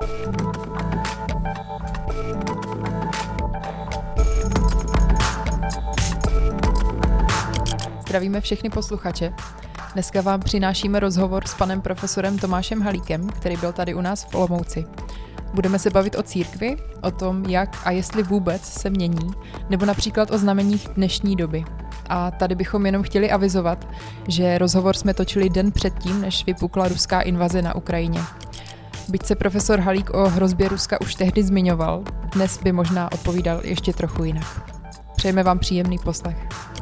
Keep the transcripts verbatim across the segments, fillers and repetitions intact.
Zdravíme všechny posluchače. Dneska vám přinášíme rozhovor s panem profesorem Tomášem Halíkem, který byl tady u nás v Olomouci. Budeme se bavit o církvi, o tom, jak a jestli vůbec se mění, nebo například o znameních dnešní doby. A tady bychom jenom chtěli avizovat, že rozhovor jsme točili den předtím, než vypukla ruská invaze na Ukrajině. Byť se profesor Halík o hrozbě Ruska už tehdy zmiňoval, dnes by možná odpovídal ještě trochu jinak. Přejeme vám příjemný poslech.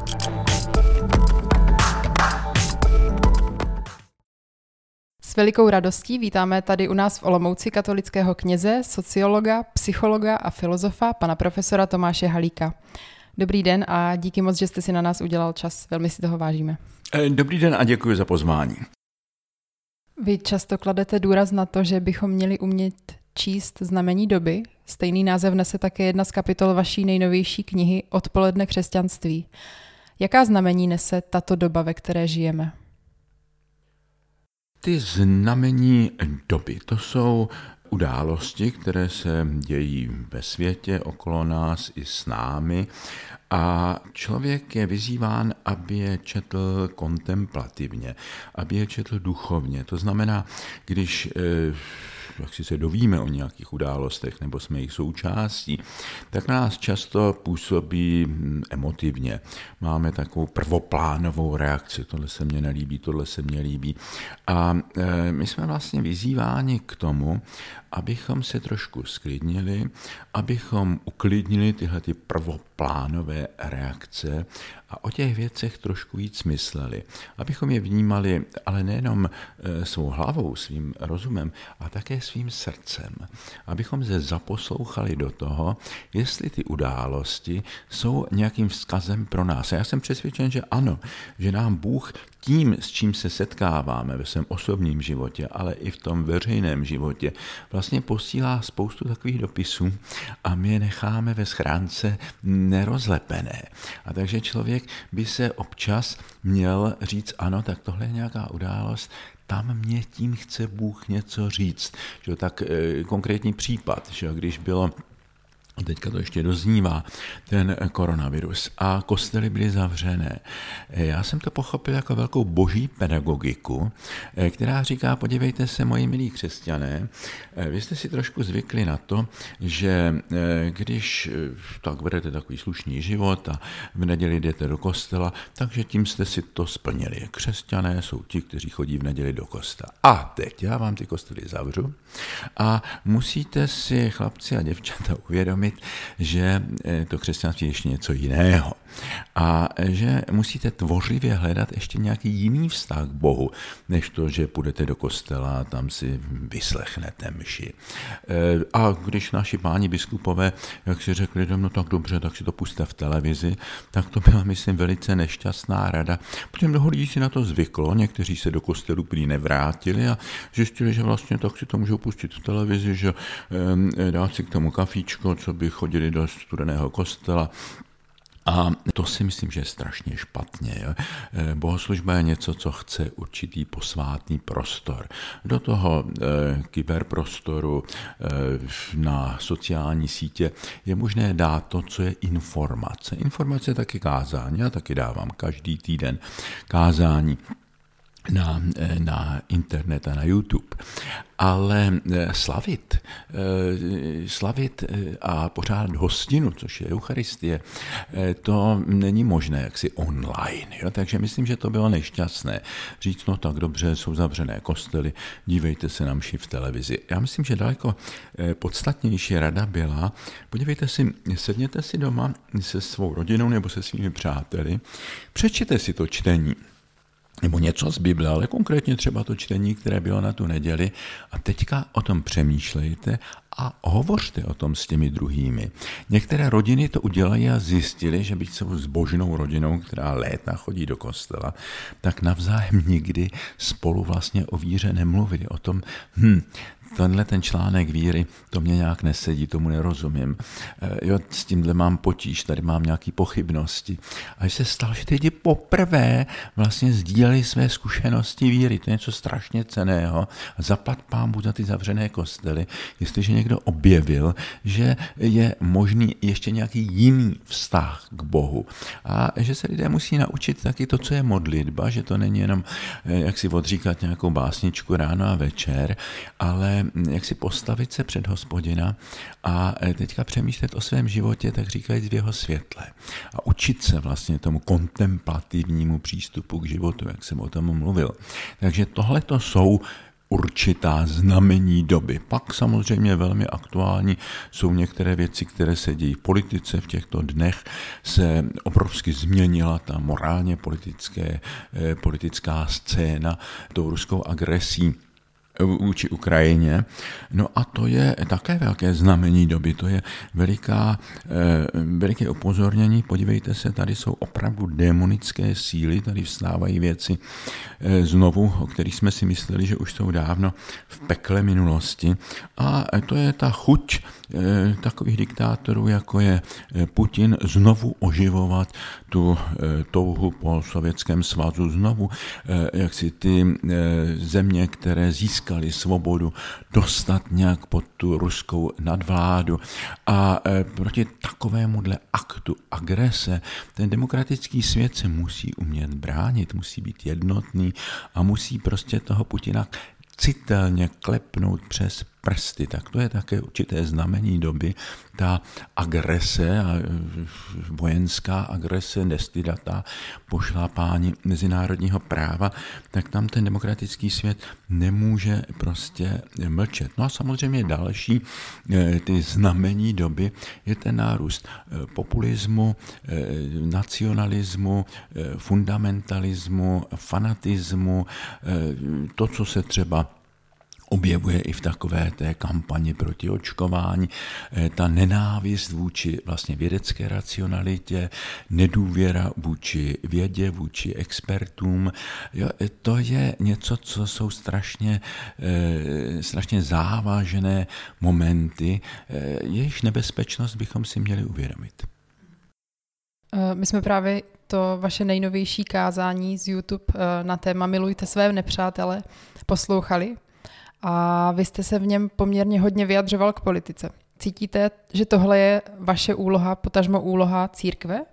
S velikou radostí vítáme tady u nás v Olomouci katolického kněze, sociologa, psychologa a filozofa, pana profesora Tomáše Halíka. Dobrý den a díky moc, že jste si na nás udělal čas. Velmi si toho vážíme. Dobrý den a děkuji za pozvání. Vy často kladete důraz na to, že bychom měli umět číst znamení doby. Stejný název nese také jedna z kapitol vaší nejnovější knihy Odpoledne křesťanství. Jaká znamení nese tato doba, ve které žijeme? Ty znamení doby, to jsou události, které se dějí ve světě, okolo nás i s námi a člověk je vyzýván, aby je četl kontemplativně, aby je četl duchovně. To znamená, když jak si se dovíme o nějakých událostech nebo jsme jejich součástí, tak na nás často působí emotivně. Máme takovou prvoplánovou reakci, tohle se mně nelíbí, tohle se mně líbí. A my jsme vlastně vyzýváni k tomu, abychom se trošku sklidnili, abychom uklidnili tyhle ty prvoplánové reakce a o těch věcech trošku víc mysleli. Abychom je vnímali, ale nejenom svou hlavou, svým rozumem, a také svým srdcem. Abychom se zaposlouchali do toho, jestli ty události jsou nějakým vzkazem pro nás. A já jsem přesvědčen, že ano, že nám Bůh tím, s čím se setkáváme ve svém osobním životě, ale i v tom veřejném životě, vlastně posílá spoustu takových dopisů a my je necháme ve schránce nerozlepené. A takže člověk by se občas měl říct, ano, tak tohle je nějaká událost, tam mě tím chce Bůh něco říct. Že tak e, konkrétní případ, že když bylo, teďka to ještě doznívá, ten koronavirus a kostely byly zavřené. Já jsem to pochopil jako velkou boží pedagogiku, která říká, podívejte se, moji milí křesťané, vy jste si trošku zvykli na to, že když tak vedete takový slušný život a v neděli jdete do kostela, takže tím jste si to splnili. Křesťané jsou ti, kteří chodí v neděli do kostela. A teď já vám ty kostely zavřu a musíte si, chlapci a děvčata, uvědomit, že to křesťanství je ještě něco jiného a že musíte tvořivě hledat ještě nějaký jiný vztah k Bohu, než to, že půjdete do kostela a tam si vyslechnete mši. A když naši páni biskupové, jak si řekli, no tak dobře, tak si to puste v televizi, tak to byla, myslím, velice nešťastná rada. Protože mnoho lidí si na to zvyklo, někteří se do kostelu prý nevrátili a zjistili, že vlastně tak si to můžou pustit v televizi, že dát si k tomu kafíčko, co by chodili do studeného kostela. A to si myslím, že je strašně špatně. Jo? Bohoslužba je něco, co chce určitý posvátný prostor. Do toho e, kyberprostoru e, na sociální sítě je možné dát to, co je informace. Informace je taky kázání. Já taky dávám každý týden kázání na, na internet a na YouTube. Ale slavit, slavit a pořádat hostinu, což je Eucharistie, to není možné jaksi online. Jo? Takže myslím, že to bylo nešťastné. Říct, no tak dobře, jsou zavřené kostely, dívejte se na mši v televizi. Já myslím, že daleko podstatnější rada byla, podívejte si, sedněte si doma se svou rodinou nebo se svými přáteli, přečtěte si to čtení, nebo něco z Bible, ale konkrétně třeba to čtení, které bylo na tu neděli a teďka o tom přemýšlejte a hovořte o tom s těmi druhými. Některé rodiny to udělají a zjistili, že byť jsou zbožnou rodinou, která léta chodí do kostela, tak navzájem nikdy spolu vlastně o víře nemluvili o tom, hm, tenhle ten článek víry, to mě nějak nesedí, tomu nerozumím. Jo, s tímhle mám potíž, tady mám nějaké pochybnosti. A se stalo, že ty lidi poprvé vlastně sdíleli své zkušenosti víry. To je něco strašně cenného. A zaplať pánbůh za ty zavřené kostely, jestliže někdo objevil, že je možný ještě nějaký jiný vztah k Bohu. A že se lidé musí naučit taky to, co je modlitba, že to není jenom jak si odříkat nějakou básničku ráno a večer, ale jak si postavit se před Hospodina a teďka přemýšlet o svém životě, tak říkajíc v jeho světle. A učit se vlastně tomu kontemplativnímu přístupu k životu, jak jsem o tom mluvil. Takže tohle to jsou určitá znamení doby. Pak samozřejmě velmi aktuální jsou některé věci, které se dějí v politice. V těchto dnech se obrovsky změnila ta morálně politické, politická scéna tou ruskou agresí vůči Ukrajině. No a to je také velké znamení doby, to je veliká, veliké upozornění. Podívejte se, tady jsou opravdu démonické síly, tady vstávají věci znovu, o kterých jsme si mysleli, že už jsou dávno v pekle minulosti. A to je ta chuť takových diktátorů, jako je Putin, znovu oživovat tu touhu po Sovětském svazu, znovu jak si ty země, které získaly svobodu, dostat nějak pod tu ruskou nadvládu. A proti takovémuhle aktu agrese ten demokratický svět se musí umět bránit, musí být jednotný a musí prostě toho Putina citelně klepnout přes prsty. Tak to je také určité znamení doby. Ta agrese, vojenská agrese, nestydatá pošlapání mezinárodního práva, tak tam ten demokratický svět nemůže prostě mlčet. No a samozřejmě další ty znamení doby je ten nárůst populismu, nacionalismu, fundamentalismu, fanatismu, to, co se třeba objevuje i v takové té kampani proti očkování, ta nenávist vůči vlastně vědecké racionalitě, nedůvěra vůči vědě, vůči expertům. Jo, to je něco, co jsou strašně, strašně závažné momenty, jejichž nebezpečnost bychom si měli uvědomit. My jsme právě to vaše nejnovější kázání z YouTube na téma Milujte své nepřátele poslouchali. A vy jste se v něm poměrně hodně vyjadřoval k politice. Cítíte, že tohle je vaše úloha, potažmo úloha církve?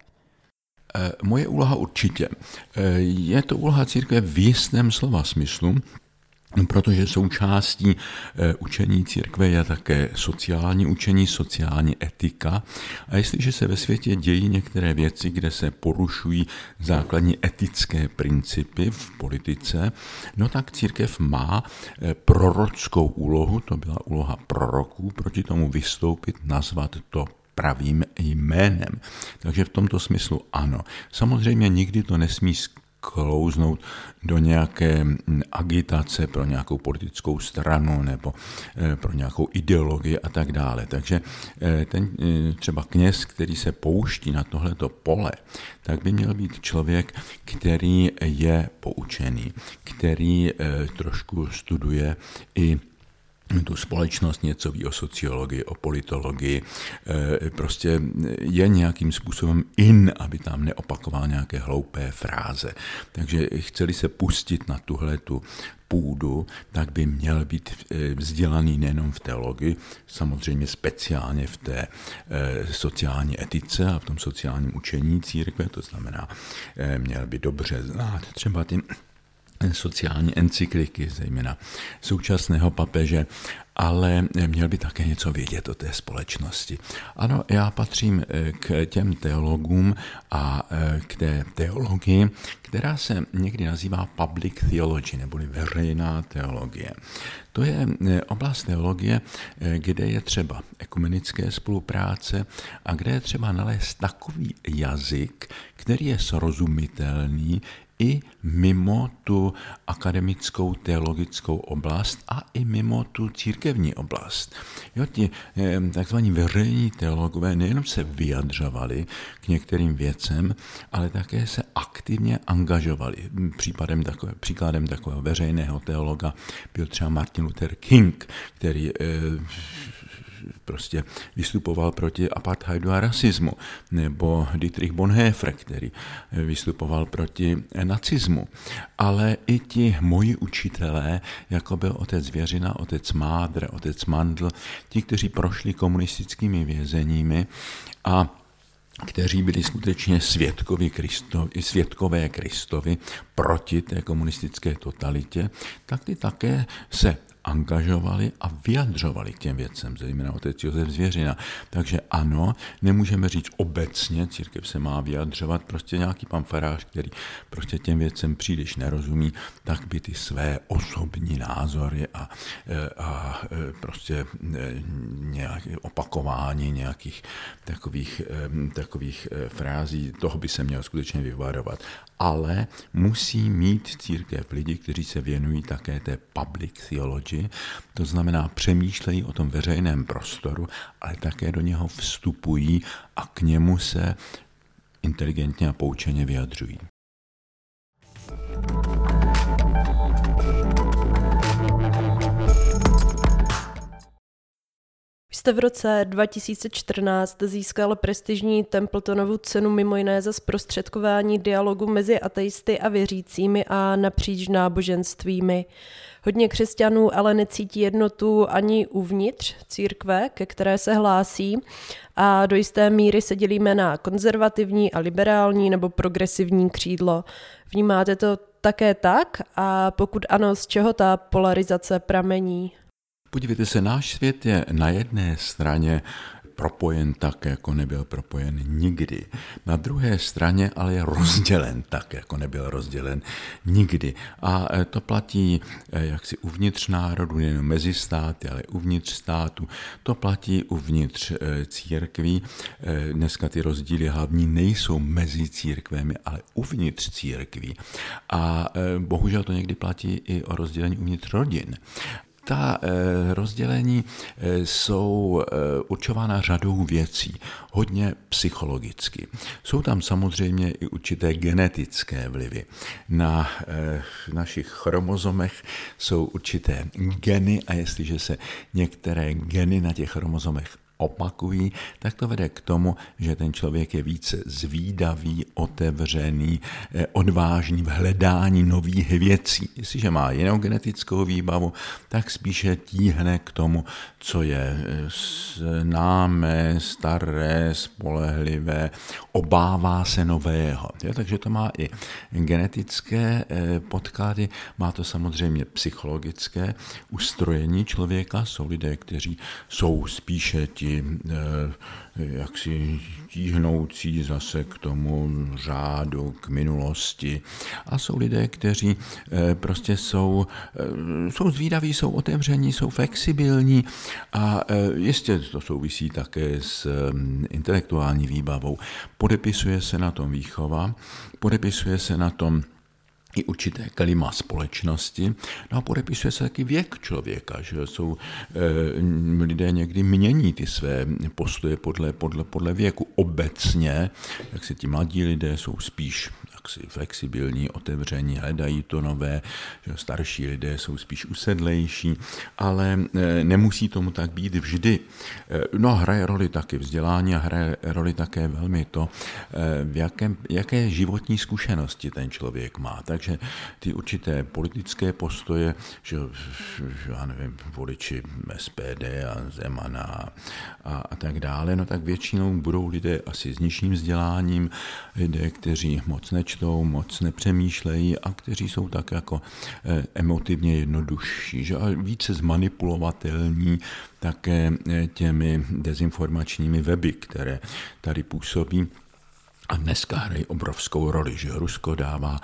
Moje úloha určitě. Je to úloha církve v jistém slova smyslu, protože součástí učení církve je také sociální učení, sociální etika. A jestliže se ve světě dějí některé věci, kde se porušují základní etické principy v politice, no tak církev má prorockou úlohu, to byla úloha proroků, proti tomu vystoupit, nazvat to pravým jménem. Takže v tomto smyslu ano. Samozřejmě nikdy to nesmí klouznout do nějaké agitace pro nějakou politickou stranu nebo pro nějakou ideologii a tak dále. Takže ten třeba kněz, který se pouští na tohleto pole, tak by měl být člověk, který je poučený, který trošku studuje i tu společnost, něco ví o sociologii, o politologii, prostě je nějakým způsobem in, aby tam neopakoval nějaké hloupé fráze. Takže chceli se pustit na tuhletu půdu, tak by měl být vzdělaný nejenom v teologii, samozřejmě speciálně v té sociální etice a v tom sociálním učení církve, to znamená, měl by dobře znát třeba ty sociální encykliky, zejména současného papeže, ale měl by také něco vědět o té společnosti. Ano, já patřím k těm teologům a k té teologii, která se někdy nazývá public theology, neboli veřejná teologie. To je oblast teologie, kde je třeba ekumenické spolupráce a kde je třeba nalézt takový jazyk, který je srozumitelný i mimo tu akademickou teologickou oblast a i mimo tu církevní oblast. Jo, ti takzvaní veřejní teologové nejenom se vyjadřovali k některým věcem, ale také se aktivně angažovali. Případem takové, příkladem takového veřejného teologa byl třeba Martin Luther King, který eh, prostě vystupoval proti apartheidu a rasismu, nebo Dietrich Bonhoeffer, který vystupoval proti nacismu. Ale i ti moji učitelé, jako byl otec Věřina, otec Mádr, otec Mandl, ti, kteří prošli komunistickými vězeními a kteří byli skutečně svědkovi Kristovi, svědkové Kristovi proti té komunistické totalitě, tak ty také se angažovali a vyjadřovali k těm věcem, zejména otec Josef Zvěřina. Takže ano, nemůžeme říct obecně, církev se má vyjadřovat, prostě nějaký pan farář, který prostě těm věcem příliš nerozumí, tak by ty své osobní názory a, a prostě nějaké opakování nějakých takových, takových frází, toho by se měl skutečně vyvarovat. Ale musí mít církev lidi, kteří se věnují také té public theology, to znamená přemýšlejí o tom veřejném prostoru, ale také do něho vstupují a k němu se inteligentně a poučeně vyjadřují. Jste v roce dva tisíce čtrnáct získal prestižní Templetonovu cenu mimo jiné za zprostředkování dialogu mezi ateisty a věřícími a napříč náboženstvími. Hodně křesťanů ale necítí jednotu ani uvnitř církve, ke které se hlásí, a do jisté míry se dělíme na konzervativní a liberální nebo progresivní křídlo. Vnímáte to také tak? A pokud ano, z čeho ta polarizace pramení? Podívejte se, náš svět je na jedné straně propojen tak, jako nebyl propojen nikdy. Na druhé straně ale je rozdělen tak, jako nebyl rozdělen nikdy. A to platí jaksi uvnitř národu, nejen mezi státy, ale uvnitř státu. To platí uvnitř církví. Dneska ty rozdíly hlavní nejsou mezi církvemi, ale uvnitř církví. A bohužel to někdy platí i o rozdělení uvnitř rodin. Ta eh, rozdělení eh, jsou eh, určována řadou věcí, hodně psychologicky. Jsou tam samozřejmě i určité genetické vlivy. Na eh, našich chromozomech jsou určité geny a jestliže se některé geny na těch chromozomech opakují, tak to vede k tomu, že ten člověk je více zvídavý, otevřený, odvážný v hledání nových věcí. Jestliže má jinou genetickou výbavu, tak spíše tíhne k tomu, co je známé, staré, spolehlivé, obává se nového. Ja, takže to má i genetické podklady, má to samozřejmě psychologické ustrojení člověka. Jsou lidé, kteří jsou spíše ti jaksi tíhnoucí zase k tomu řádu, k minulosti. A jsou lidé, kteří prostě jsou, jsou zvídaví, jsou otevření, jsou flexibilní a jistě to souvisí také s intelektuální výbavou. Podepisuje se na tom výchova, podepisuje se na tom i určité klima společnosti. No a podepisuje se taky věk člověka, že jsou e, lidé někdy mění ty své postoje podle, podle, podle věku. Obecně, jak se ti mladí lidé jsou spíš jaksi flexibilní, otevření, hledají to nové, že starší lidé jsou spíš usedlejší, ale e, nemusí tomu tak být vždy. E, no hraje roli taky vzdělání a hraje roli také velmi to, e, v jakém, jaké životní zkušenosti ten člověk má. Takže ty určité politické postoje, že, že já nevím, voliči S P D a Zemana a, a tak dále, no tak většinou budou lidé asi s nižším vzděláním, lidé, kteří moc nečtou, moc nepřemýšlejí a kteří jsou tak jako emotivně jednodušší, že a více zmanipulovatelní také těmi dezinformačními weby, které tady působí. A dneska hrají obrovskou roli, že Rusko dává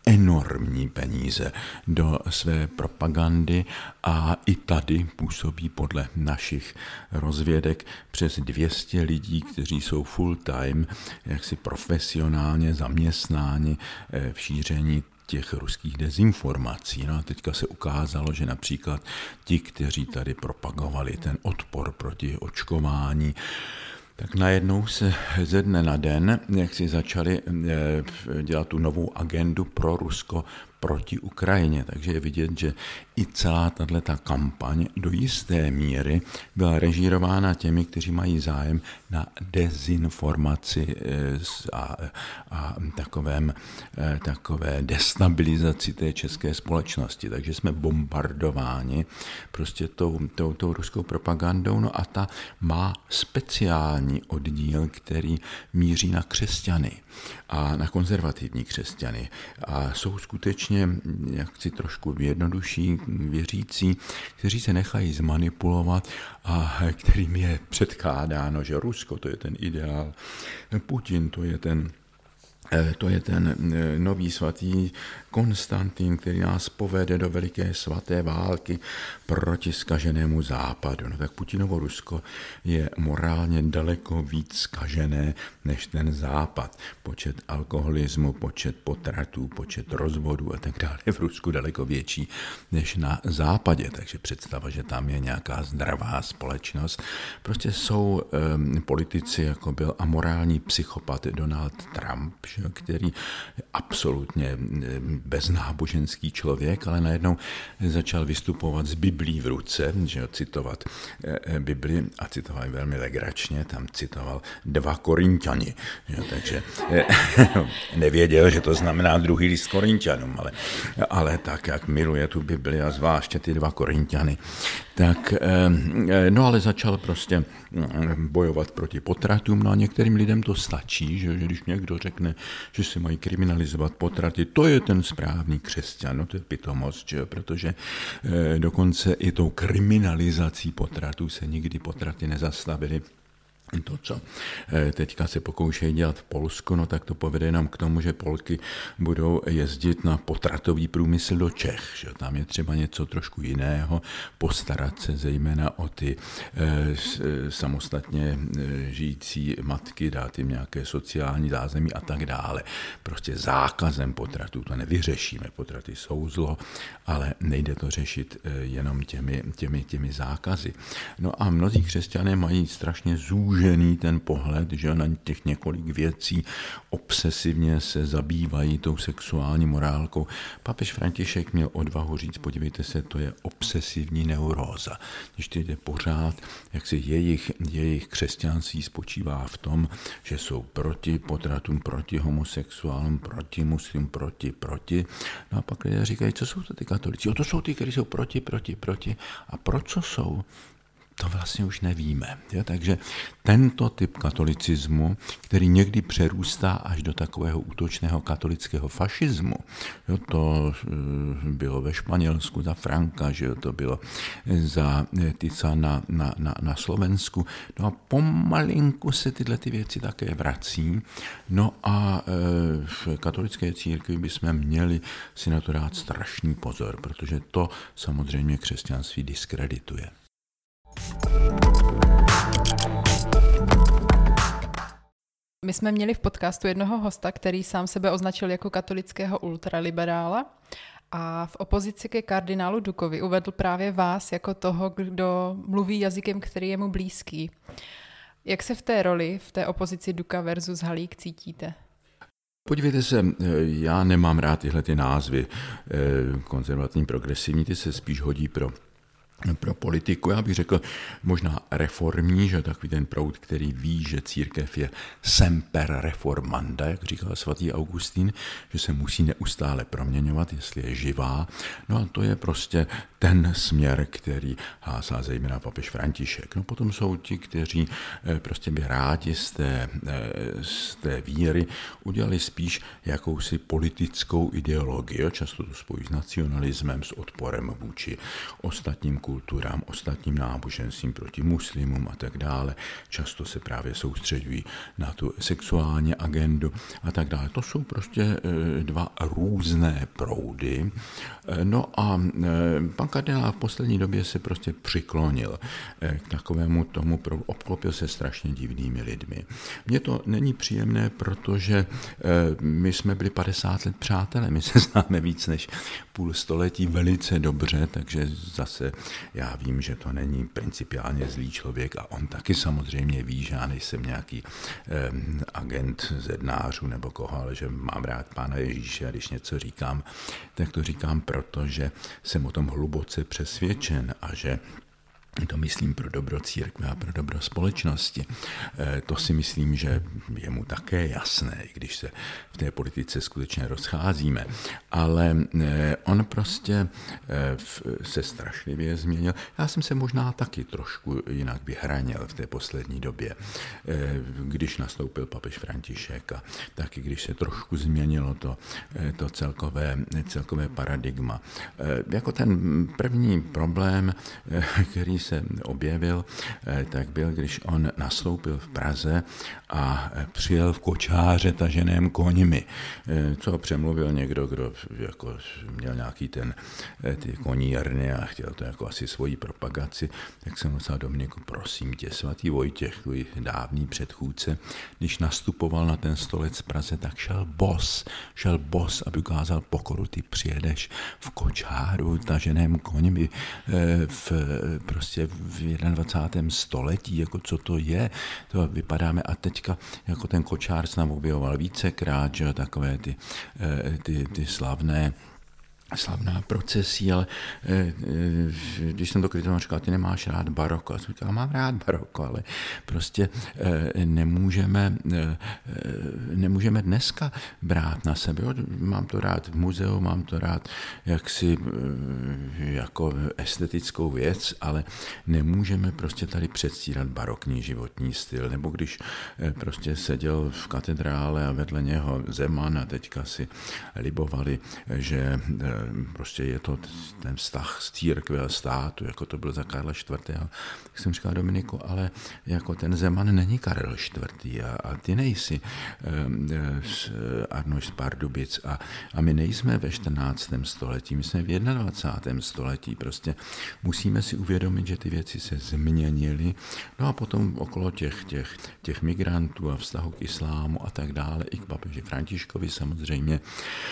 enormní peníze do své propagandy a i tady působí podle našich rozvědek přes dvě stě lidí, kteří jsou full time, jaksi profesionálně zaměstnáni v šíření těch ruských dezinformací. No a teďka se ukázalo, že například ti, kteří tady propagovali ten odpor proti očkování, tak najednou se ze dne na den, jak si začali dělat tu novou agendu pro Rusko proti Ukrajině. Takže je vidět, že i celá tato kampaň do jisté míry byla režírována těmi, kteří mají zájem na dezinformaci a, a takovém, takové destabilizaci té české společnosti. Takže jsme bombardováni prostě tou, tou, tou ruskou propagandou, no a ta má speciální oddíl, který míří na křesťany a na konzervativní křesťany. A jsou skutečně jak si trošku jednodušší věřící, kteří se nechají zmanipulovat a kterým je předkládáno, že Rusko to je ten ideál, Putin to je ten To je ten nový svatý Konstantin, který nás povede do veliké svaté války proti zkaženému západu. No tak Putinovo Rusko je morálně daleko víc zkažené než ten západ. Počet alkoholismu, počet potratů, počet rozvodů a tak dále je v Rusku daleko větší než na západě. Takže představa, že tam je nějaká zdravá společnost. Prostě jsou um, politici, jako byl amorální psychopat Donald Trump, který je absolutně beznáboženský člověk, ale najednou začal vystupovat s Biblí v ruce, že citovat Bibli a citoval velmi legračně, tam citoval dva Korinťani, že, takže nevěděl, že to znamená druhý list Korinťanům, ale, ale tak, jak miluje tu Bibli a zvláště ty dva Korinťany, tak no ale začal prostě bojovat proti potratům, no a některým lidem to stačí, že, že když někdo řekne, že se mají kriminalizovat potraty, to je ten správný křesťan, no to je pitomost, že? Protože e, dokonce i tou kriminalizací potratů se nikdy potraty nezastavily. To, co teďka se pokoušejí dělat v Polsku, no tak to povede nám k tomu, že Polky budou jezdit na potratový průmysl do Čech. Že? Tam je třeba něco trošku jiného, postarat se zejména o ty e, samostatně žijící matky, dát jim nějaké sociální zázemí a tak dále. Prostě zákazem potratů to nevyřešíme. Potraty jsou zlo, ale nejde to řešit jenom těmi, těmi, těmi zákazy. No a mnozí křesťané mají strašně zúžený ten pohled, že na těch několik věcí obsesivně se zabývají tou sexuální morálkou. Papež František měl odvahu říct, podívejte se, to je obsesivní neuróza. Když to jde pořád, jak si jejich, jejich křesťanství spočívá v tom, že jsou proti potratům, proti homosexuálům, proti muslim, proti, proti. No a pak lidé říkají, co jsou to ty katolíci? O, to jsou ty, kteří jsou proti, proti, proti. A proč jsou? To vlastně už nevíme. Jo? Takže tento typ katolicismu, který někdy přerůstá až do takového útočného katolického fašismu, jo? To bylo ve Španělsku za Franka, že jo? To bylo za Tica na, na, na, na Slovensku. No a pomalinku se tyhle ty věci také vrací. No a v katolické církvi bychom měli si na to dát strašný pozor, protože to samozřejmě křesťanství diskredituje. My jsme měli v podcastu jednoho hosta, který sám sebe označil jako katolického ultraliberála a v opozici ke kardinálu Dukovi uvedl právě vás jako toho, kdo mluví jazykem, který je mu blízký. Jak se v té roli, v té opozici Duka versus Halík cítíte? Podívejte se, já nemám rád tyhle ty názvy konzervativní, progresivní, ty se spíš hodí pro pro politiku, já bych řekl možná reformní, že takový ten proud, který ví, že církev je semper reformanda, jak říkal svatý Augustín, že se musí neustále proměňovat, jestli je živá. No a to je prostě ten směr, který hlásá zejména papež František. No potom jsou ti, kteří prostě by rádi z té, z té víry udělali spíš jakousi politickou ideologii. Často to spojí s nacionalismem, s odporem vůči ostatním kulturám, ostatním náboženstvím, proti muslimům a tak dále. Často se právě soustředují na tu sexuální agendu a tak dále. To jsou prostě dva různé proudy. No a pan kardinál v poslední době se prostě přiklonil k takovému tomu, obklopil se strašně divnými lidmi. Mně to není příjemné, protože my jsme byli padesát let přátelé, my se známe víc než půl století velice dobře, takže zase já vím, že to není principiálně zlý člověk a on taky samozřejmě ví, že já nejsem nějaký eh, agent zednářů nebo koho, ale že mám rád Pána Ježíše a když něco říkám, tak to říkám proto, že jsem o tom hluboce přesvědčen a že to myslím pro dobro církve a pro dobro společnosti. To si myslím, že je mu také jasné, i když se v té politice skutečně rozcházíme. Ale on prostě se strašlivě změnil. Já jsem se možná taky trošku jinak vyhranil v té poslední době, když nastoupil papež František a taky když se trošku změnilo to, to celkové, celkové paradigma. Jako ten první problém, který se objevil, tak byl, když on nastoupil v Praze a přijel v kočáře taženém koňmi. Co přemluvil někdo, kdo jako měl nějaký ten ty koní jarny a chtěl to jako asi svoji propagaci, tak jsem musel Dominiku, prosím tě, svatý Vojtěch, tvůj dávný předchůdce, když nastupoval na ten stolec v Praze, tak šel bos, šel bos, aby ukázal pokoru, ty přijedeš v kočáru taženém koňmi v prostě v dvacátém prvním století, jako co to je, to vypadáme a teďka jako ten kočár se nám objevoval vícekrát, že takové ty, ty, ty slavné slavná procesí, ale e, e, když jsem to kritizoval, říkal, ty nemáš rád baroko. Já jsem říkal, mám rád baroko, ale prostě e, nemůžeme, e, nemůžeme dneska brát na sebe. Jo? Mám to rád v muzeu, mám to rád jaksi e, jako estetickou věc, ale nemůžeme prostě tady předstírat barokní životní styl. Nebo když e, prostě seděl v katedrále a vedle něho Zeman a teďka si libovali, že e, prostě je to ten vztah z církve a státu, jako to byl za Karla čtvrtého. Tak jsem říkal, Dominiku, ale jako ten Zeman není Karel čtvrtý a, a ty nejsi uh, Arnošt z Pardubic a, a my nejsme ve čtrnáctém století, my jsme v dvacátém prvním století. Prostě musíme si uvědomit, že ty věci se změnily. No a potom okolo těch, těch, těch migrantů a vztahu k islámu a tak dále, i k papeži Františkovi samozřejmě,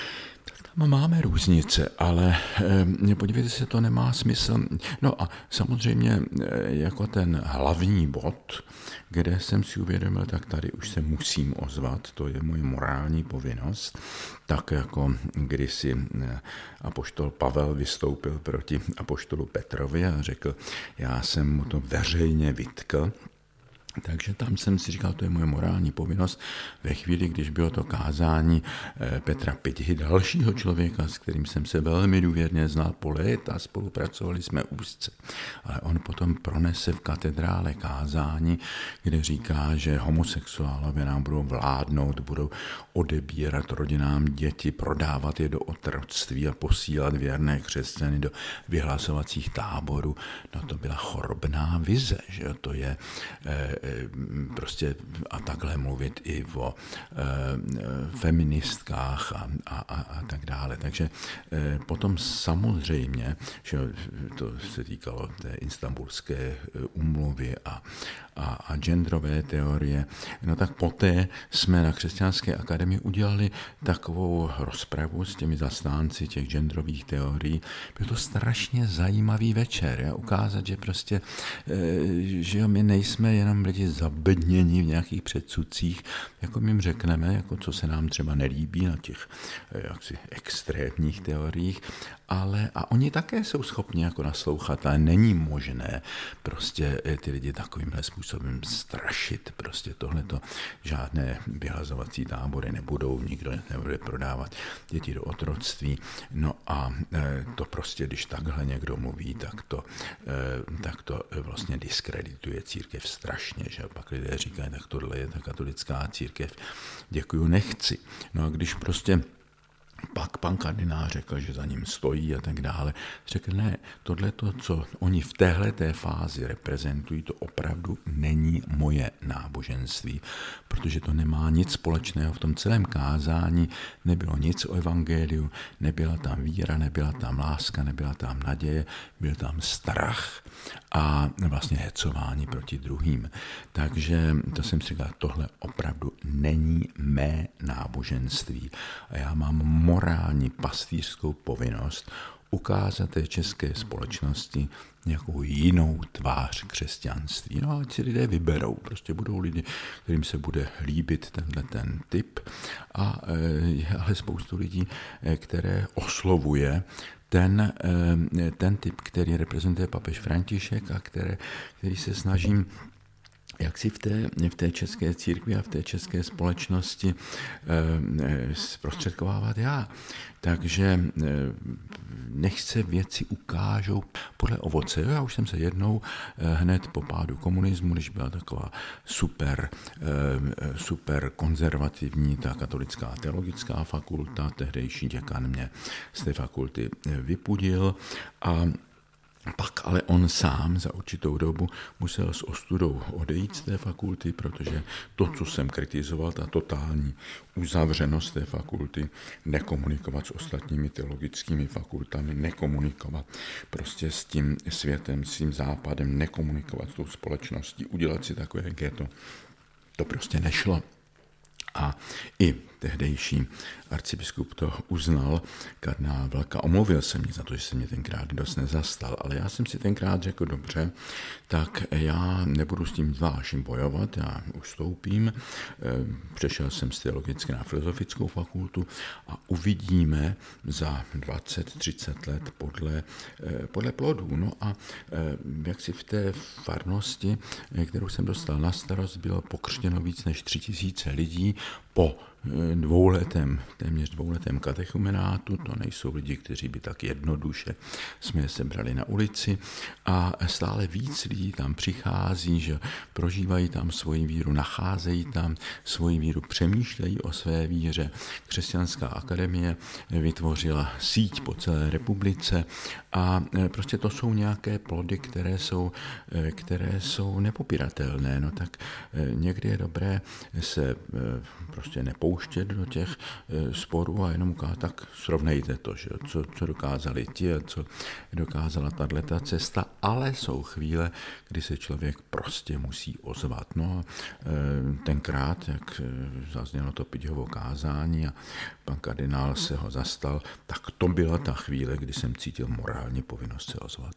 no, máme různice, ale e, podívejte se, to nemá smysl. No a samozřejmě e, jako ten hlavní bod, kde jsem si uvědomil, tak tady už se musím ozvat, to je moje morální povinnost, tak jako kdysi e, apoštol Pavel vystoupil proti apoštolu Petrovi a řekl, já jsem mu to veřejně vytkl. Takže tam jsem si říkal, to je moje morální povinnost. Ve chvíli, když bylo to kázání Petra Piťhy, dalšího člověka, s kterým jsem se velmi důvěrně znal po léta, spolupracovali jsme úzce. Ale on potom pronese v katedrále kázání, kde říká, že homosexuálové nám budou vládnout, budou odebírat rodinám děti, prodávat je do otroctví a posílat věrné křesťany do vyhlasovacích táborů. No to byla chorobná vize, že jo? To je prostě a takhle mluvit i o e, feministkách a, a, a, a tak dále. Takže e, potom samozřejmě, že to se týkalo té istanbulské úmluvy a, a, a genderové teorie, no tak poté jsme na Křesťanské akademii udělali takovou rozpravu s těmi zastánci těch genderových teorií. Byl to strašně zajímavý večer, ja? Ukázat, že prostě, e, že my nejsme jenom lidi zabednění v nějakých předsudcích, jako my jim řekneme, jako co se nám třeba nelíbí na těch jaksi extrémních teoriích, ale a oni také jsou schopni jako naslouchat, ale není možné prostě ty lidi takovýmhle způsobem strašit. Prostě tohleto žádné vyhlazovací tábory nebudou, nikdo nebude prodávat děti do otroctví. No a to prostě, když takhle někdo mluví, tak to, tak to vlastně diskredituje církev strašně, že pak lidé říkají, tak tohle je ta katolická církev, děkuju, nechci. No a když prostě Pak pan kardinál řekl, že za ním stojí a tak dále. Řekl, ne, tohle, co oni v téhleté fázi reprezentují, to opravdu není moje náboženství, protože to nemá nic společného v tom celém kázání, nebylo nic o evangeliu, nebyla tam víra, nebyla tam láska, nebyla tam naděje, byl tam strach a vlastně hecování proti druhým. Takže to jsem si říkal, tohle opravdu není mé náboženství. A já mám morální pastýřskou povinnost ukázat té české společnosti nějakou jinou tvář křesťanství. No a ať si lidé vyberou. Prostě budou lidi, kterým se bude líbit tenhle ten typ. A je ale spoustu lidí, které oslovuje ten, ten typ, který reprezentuje papež František a které, který se snažím jak si v té, v té české církvi a v té české společnosti eh, zprostředkovávat já. Takže eh, nech se věci ukážou podle ovoce. Já už jsem se jednou eh, hned po pádu komunismu, když byla taková super, eh, super konzervativní ta katolická teologická fakulta, tehdejší děkan mě z té fakulty vypudil a pak ale on sám za určitou dobu musel s ostudou odejít z té fakulty, protože to, co jsem kritizoval, ta totální uzavřenost té fakulty, nekomunikovat s ostatními teologickými fakultami, nekomunikovat prostě s tím světem, s tím západem, nekomunikovat s tou společností, udělat si takové ghetto, to prostě nešlo. A i tehdejší arcibiskup to uznal, kardinál Vlka, omluvil se mi za to, že se mě tenkrát dost nezastal, ale já jsem si tenkrát řekl, dobře, tak já nebudu s tím zvlášť bojovat, já ustoupím, přešel jsem z teologické na filozofickou fakultu a uvidíme za dvacet třicet let podle, podle plodů. No a jak si v té farnosti, kterou jsem dostal na starost, bylo pokřtěno víc než tři tisíce lidí po dvouletém, téměř dvouletém katechumenátu, to nejsou lidi, kteří by tak jednoduše jsme je sebrali na ulici a stále víc lidí tam přichází, že prožívají tam svoji víru, nacházejí tam svoji víru, přemýšlejí o své víře. Křesťanská akademie vytvořila síť po celé republice a prostě to jsou nějaké plody, které jsou, které jsou nepopiratelné. No tak někdy je dobré se prostě nepouštět do těch sporů a jenom ukázat, tak srovnejte to, že? Co, co dokázali ti a co dokázala tato cesta, ale jsou chvíle, kdy se člověk prostě musí ozvat. No a tenkrát, jak zaznělo to Piťhovo kázání a pan kardinál se ho zastal, tak to byla ta chvíle, kdy jsem cítil morální povinnost se ozvat.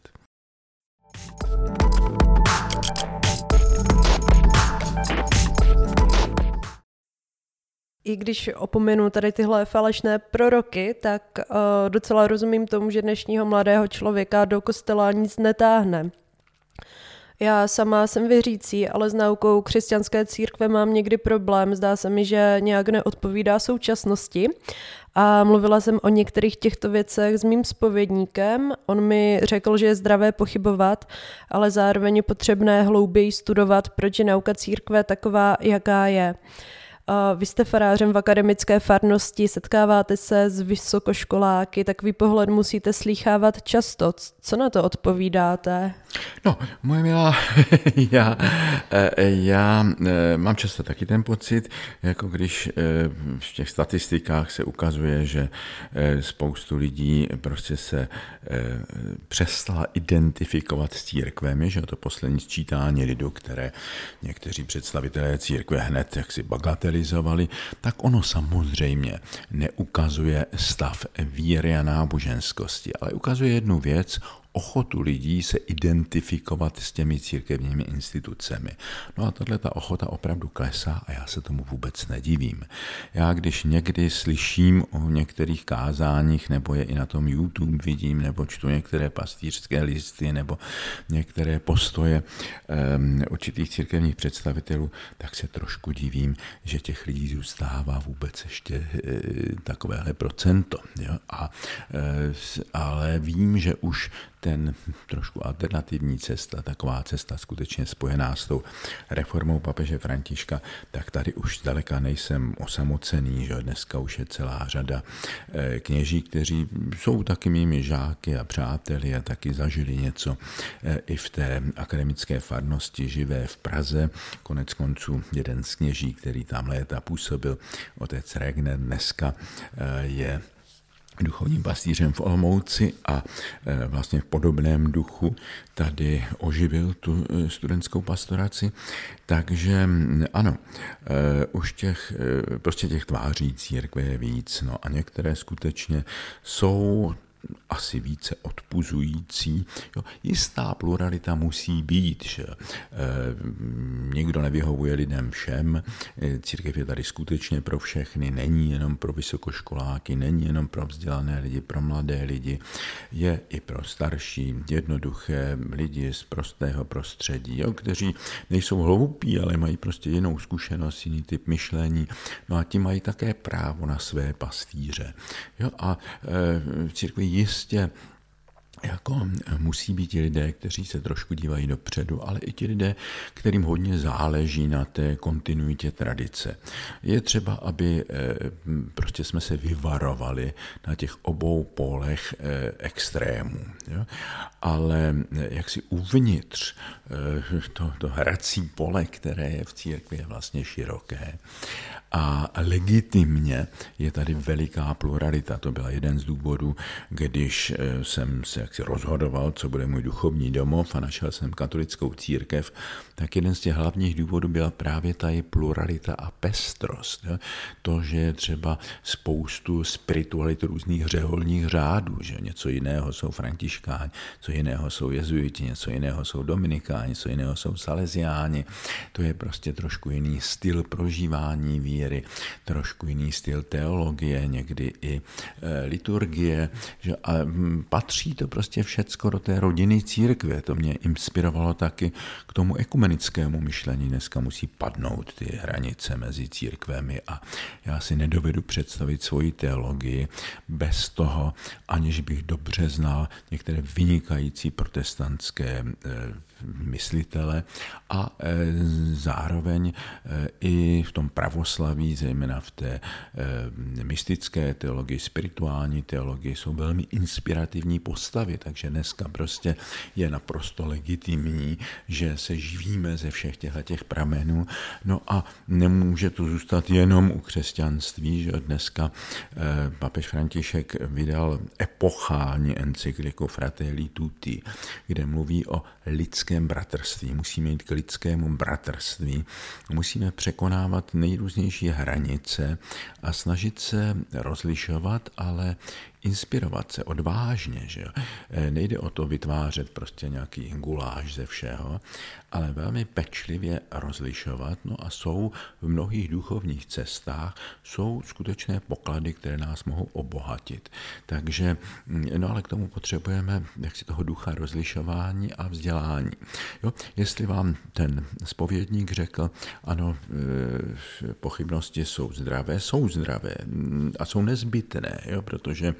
I když opomenu tady tyhle falešné proroky, tak uh, docela rozumím tomu, že dnešního mladého člověka do kostela nic netáhne. Já sama jsem věřící, ale s naukou křesťanské církve mám někdy problém. Zdá se mi, že nějak neodpovídá současnosti. A mluvila jsem o některých těchto věcech s mým zpovědníkem. On mi řekl, že je zdravé pochybovat, ale zároveň je potřebné hlouběji studovat, proč je nauka církve taková, jaká je. Vy jste farářem v akademické farnosti, setkáváte se s vysokoškoláky, takový pohled musíte slýchávat často. Co na to odpovídáte? No, moje milá, já, já mám často taky ten pocit, jako když v těch statistikách se ukazuje, že spoustu lidí prostě se přestala identifikovat s církvemi, že to poslední sčítání lidu, které někteří představitelé církve hned jaksi bagatelizovali, tak ono samozřejmě neukazuje stav víry a náboženskosti, ale ukazuje jednu věc, ochotu lidí se identifikovat s těmi církevními institucemi. No a tato ta ochota opravdu klesá a já se tomu vůbec nedivím. Já když někdy slyším o některých kázáních, nebo je i na tom YouTube vidím, nebo čtu některé pastýřské listy, nebo některé postoje um, určitých církevních představitelů, tak se trošku divím, že těch lidí zůstává vůbec ještě e, takovéhle procento. Jo? A, e, ale vím, že už ten trošku alternativní cesta, taková cesta skutečně spojená s tou reformou papeže Františka, tak tady už zdaleka nejsem osamocený, že dneska už je celá řada kněží, kteří jsou taky mými žáky a přáteli a taky zažili něco i v té akademické farnosti živé v Praze. Konec konců jeden z kněží, který tam léta působil, otec Regner, dneska je duchovním pastýřem v Olomouci a vlastně v podobném duchu tady oživil tu studentskou pastoraci. Takže ano, už těch, prostě těch tváří církve je víc, no a některé skutečně jsou asi více odpuzující. Jo, jistá pluralita musí být, že e, nikdo nevyhovuje lidem všem. E, církev je tady skutečně pro všechny, není jenom pro vysokoškoláky, není jenom pro vzdělané lidi, pro mladé lidi, je i pro starší, jednoduché lidi z prostého prostředí, jo, kteří nejsou hloupí, ale mají prostě jinou zkušenost, jiný typ myšlení, no a ti mají také právo na své pastýře. Jo, a e, v církvi jistě jako musí být ti lidé, kteří se trošku dívají dopředu, ale i ti lidé, kterým hodně záleží na té kontinuitě tradice. Je třeba, aby prostě jsme se vyvarovali na těch obou pólech extrémů. Jo? Ale jak si uvnitř to, to hrací pole, které je v církvi, je vlastně široké. A legitimně je tady veliká pluralita. To byl jeden z důvodů, když jsem se jaksi rozhodoval, co bude můj duchovní domov a našel jsem katolickou církev, tak jeden z těch hlavních důvodů byla právě ta je pluralita a pestrost. To, že je třeba spoustu spiritualit různých řeholních řádů, že něco jiného jsou františkáni, co jiného jsou jezuiti, něco jiného jsou dominikáni, něco jiného jsou salesiáni. To je prostě trošku jiný styl prožívání víry, trošku jiný styl teologie, někdy i e, liturgie, že a patří to prostě všecko do té rodiny církve. To mě inspirovalo taky k tomu ekumenickému myšlení. Dneska musí padnout ty hranice mezi církvemi a já si nedovedu představit svoji teologii bez toho, aniž bych dobře znal některé vynikající protestantské e, myslitele a e, zároveň e, i v tom pravoslaví, zejména v té e, mystické teologii, spirituální teologii, jsou velmi inspirativní postavy, takže dneska prostě je naprosto legitimní, že se živíme ze všech těch pramenů, no a nemůže to zůstat jenom u křesťanství, že dneska e, papež František vydal epochální encykliku Fratelli Tutti, kde mluví o lidském bratrství. Musíme jít k lidskému bratrství, musíme překonávat nejrůznější hranice a snažit se rozlišovat, ale inspirovat se odvážně, že jo. Nejde o to vytvářet prostě nějaký guláš ze všeho, ale velmi pečlivě rozlišovat, no a jsou v mnohých duchovních cestách, jsou skutečné poklady, které nás mohou obohatit. Takže, no ale k tomu potřebujeme jaksi toho ducha rozlišování a vzdělání. Jo, jestli vám ten zpovědník řekl, ano, pochybnosti jsou zdravé, jsou zdravé a jsou nezbytné, jo, protože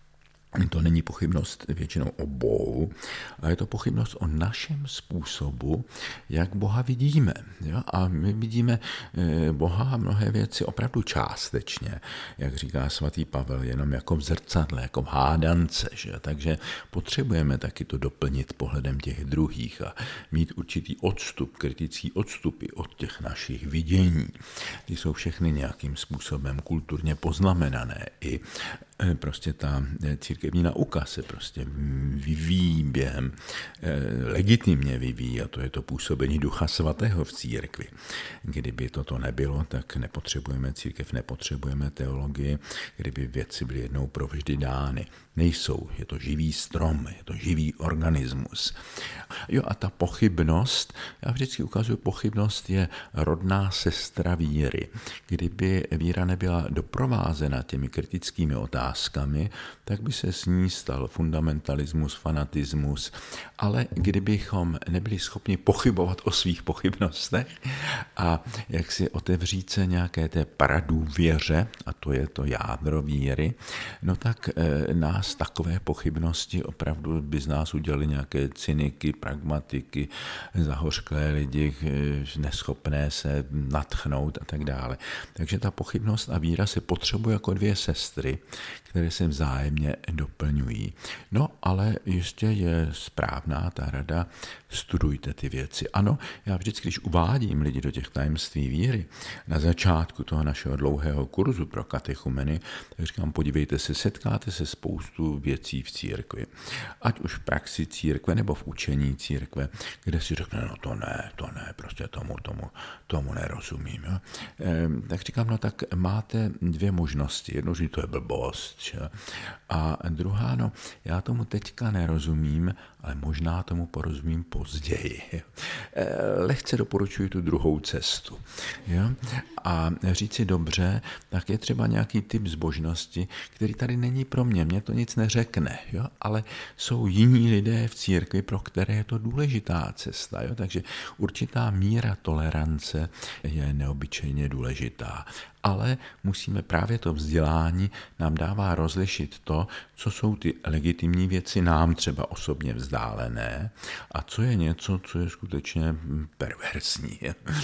to není pochybnost většinou obou, ale je to pochybnost o našem způsobu, jak Boha vidíme. Jo? A my vidíme Boha a mnohé věci opravdu částečně, jak říká svatý Pavel, jenom jako v zrcadle, jako v hádance. Že? Takže potřebujeme taky to doplnit pohledem těch druhých a mít určitý odstup, kritický odstupy od těch našich vidění. Ty jsou všechny nějakým způsobem kulturně poznamenané. I prostě ta církevní nauka se prostě vyvíjí během, legitimně vyvíjí a to je to působení Ducha Svatého v církvi. Kdyby toto nebylo, tak nepotřebujeme církev, nepotřebujeme teologii, kdyby věci byly jednou provždy dány. Nejsou, je to živý strom, je to živý organismus. Jo a ta pochybnost, já vždycky ukazuju, pochybnost je rodná sestra víry. Kdyby víra nebyla doprovázena těmi kritickými otázkami, tak by se s ní stal fundamentalismus, fanatismus, ale kdybychom nebyli schopni pochybovat o svých pochybnostech a jak si otevřít se nějaké té paradůvěře, a to je to jádro víry, no tak e, nás takové pochybnosti opravdu by z nás udělali nějaké cyniky, pragmatiky, zahořklé lidi, neschopné se natchnout a tak dále. Takže ta pochybnost a víra se potřebuje jako dvě sestry, které se vzájemně doplňují. No, ale jistě je správná ta rada, studujte ty věci. Ano, já vždycky, když uvádím lidi do těch tajemství víry, na začátku toho našeho dlouhého kurzu pro katechumeny, tak říkám, podívejte se, setkáte se spoustu věcí v církvi. Ať už v praxi církve nebo v učení církve, kde si řekne, no to ne, to ne, prostě tomu, tomu, tomu nerozumím. Jo? E, tak říkám, no tak máte dvě možnosti. Jednou říct, to je blbost. Že? A druhá, no, já tomu teďka nerozumím, ale možná tomu porozumím později. E, lehce doporučuji tu druhou cestu. Jo? A říct si dobře, tak je třeba nějaký typ zbožnosti, který tady není pro mě, mě to nic neřekne, jo? Ale jsou jiní lidé v církvi, pro které je to důležitá cesta. Jo? Takže určitá míra tolerance je neobyčejně důležitá. Ale musíme právě to vzdělání nám dává rozlišit to, co jsou ty legitimní věci nám třeba osobně vzdálené a co je něco, co je skutečně perverzní.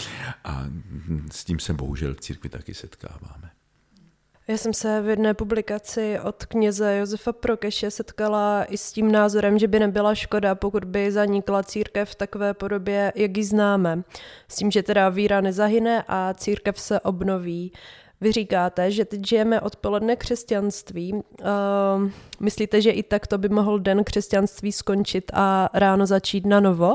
A s tím se bohužel v církvi taky setkáváme. Já jsem se v jedné publikaci od kněze Josefa Prokeše setkala i s tím názorem, že by nebyla škoda, pokud by zanikla církev v takové podobě, jak ji známe. S tím, že teda víra nezahyne a církev se obnoví. Vy říkáte, že teď žijeme odpoledne křesťanství. Uh, myslíte, že i takto by mohl den křesťanství skončit a ráno začít na novo?